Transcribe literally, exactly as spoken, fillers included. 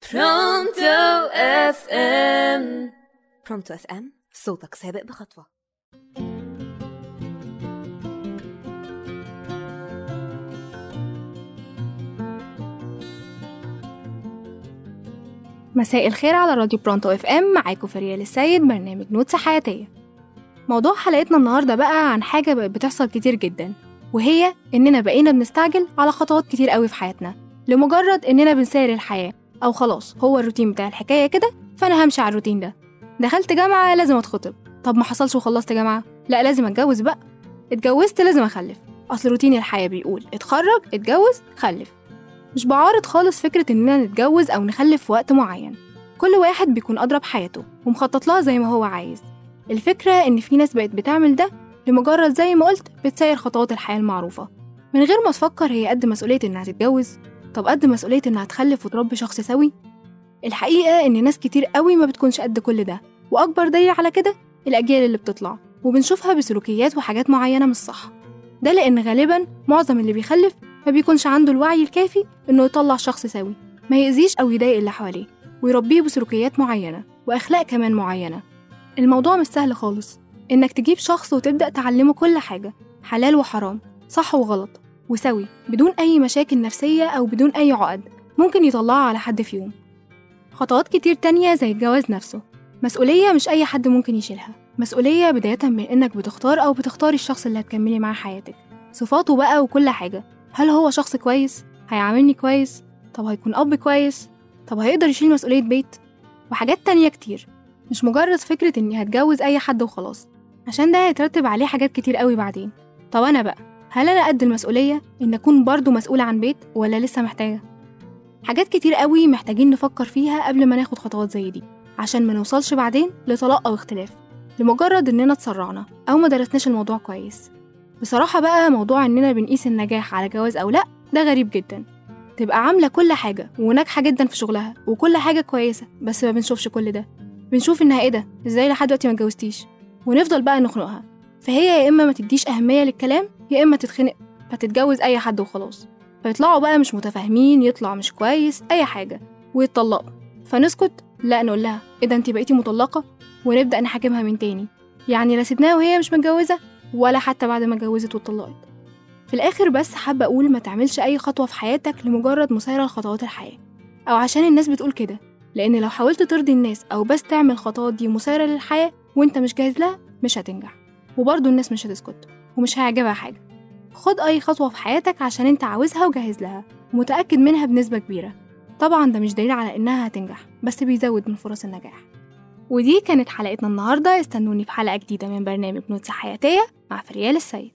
برونتو اف ام. برونتو اف ام، صوتك سابق بخطوة. مساء الخير على راديو برونتو اف ام، معاكم فريال السيد، برنامج نوتس حياتية. موضوع حلقتنا النهاردة بقى عن حاجة بقت بتحصل كتير جدا، وهي إننا بقينا بنستعجل على خطوات كتير قوي في حياتنا لمجرد إننا بنسير الحياة، أو خلاص هو الروتين بتاع الحكاية كده فأنا همشي على الروتين ده. دخلت جامعة لازم أتخطب، طب ما حصلش وخلصت جامعة، لا لازم أتجوز بقى. اتجوزت لازم أخلف، أصل روتين الحياة بيقول اتخرج اتجوز خلف. مش بعارض خالص فكرة إننا نتجوز أو نخلف في وقت معين، كل واحد بيكون أضرب حياته ومخطط لها زي ما هو عايز. الفكرة إن في ناس بقت بتعمل ده لمجرد زي ما قلت بتسير خطوات الحياة المعروفة من غير ما تفكر هي قد مسؤولية إنها تتجوز، طب قد مسؤولية إنها تخلف وتربي شخص سوي. الحقيقة إن ناس كتير قوي ما بتكونش قد كل ده، وأكبر دليل على كده الأجيال اللي بتطلع وبنشوفها بسلوكيات وحاجات معينة مش صح. ده لأن غالبا معظم اللي بيخلف ما بيكونش عنده الوعي الكافي إنه يطلع شخص سوي ما يأذيش أو يضايق اللي حواليه، ويربيه بسلوكيات معينة وأخلاق كمان معينة. الموضوع مش سهل خالص إنك تجيب شخص وتبدأ تعلمه كل حاجة، حلال وحرام، صح وغلط، وسوي، بدون أي مشاكل نفسية أو بدون أي عقد ممكن يطلعها على حد فيهم. خطوات كتير تانية زي الجواز نفسه مسؤولية مش أي حد ممكن يشيلها، مسؤولية بداية من إنك بتختار أو بتختاري الشخص اللي هتكملي معاه حياتك، صفاته بقى وكل حاجة. هل هو شخص كويس؟ هيعاملني كويس؟ طب هيكون أب كويس؟ طب هيقدر يشيل مسؤولية بيت؟ وحاجات تانية كتير. مش مجرد فكرة إني هتجوز أي حد وخلاص، عشان ده هيترتب عليه حاجات كتير قوي بعدين. طب أنا بقى هل أنا قد المسؤولية إن أكون برضو مسؤولة عن بيت ولا لسه محتاجة؟ حاجات كتير قوي محتاجين نفكر فيها قبل ما ناخد خطوات زي دي، عشان ما نوصلش بعدين لطلاق أو اختلاف لمجرد إننا تسرعنا أو ما درسناش الموضوع كويس. بصراحة بقى موضوع إننا بنقيس النجاح على جواز أو لأ ده غريب جدا. تبقى عاملة كل حاجة وناجحة جدا في شغلها وكل حاجة كويسة، بس ما بنشوفش كل ده، بنشوف إنها إيه ده، إزاي لحد دلوقتي ما اتجوزتيش، ونفضل بقى نخنقها. فهي يا إما ما تديش أهمية للكلام، يا إما تتخنق فتتجوز أي حد وخلاص، فيطلعوا بقى مش متفاهمين، يطلع مش كويس أي حاجة ويتطلقوا. فنسكت؟ لا نقول لها إيه ده أنتي بقيتي مطلقة، ونبدأ نحاكمها من تاني. يعني لا سيبناها وهي مش متجوزة ولا حتى بعد ما اتجوزت واتطلقت. في الآخر بس حابة أقول ما تعملش أي خطوة في حياتك لمجرد مسايرة لخطوات الحياة أو عشان الناس بتقول كده، لأن لو حاولت ترضي الناس أو بس تعمل خطوات دي مسايرة للحياة وإنت مش جاهز لها مش هتنجح، وبرضه الناس مش هتسكت ومش هيعجبها حاجة. خد أي خطوة في حياتك عشان إنت عاوزها وجاهز لها ومتأكد منها بنسبة كبيرة. طبعا ده مش دليل على إنها هتنجح، بس بيزود من فرص النجاح. ودي كانت حلقتنا النهاردة، استنوني في حلقة جديدة من برنامج نوتس حياتية مع فريال السيد.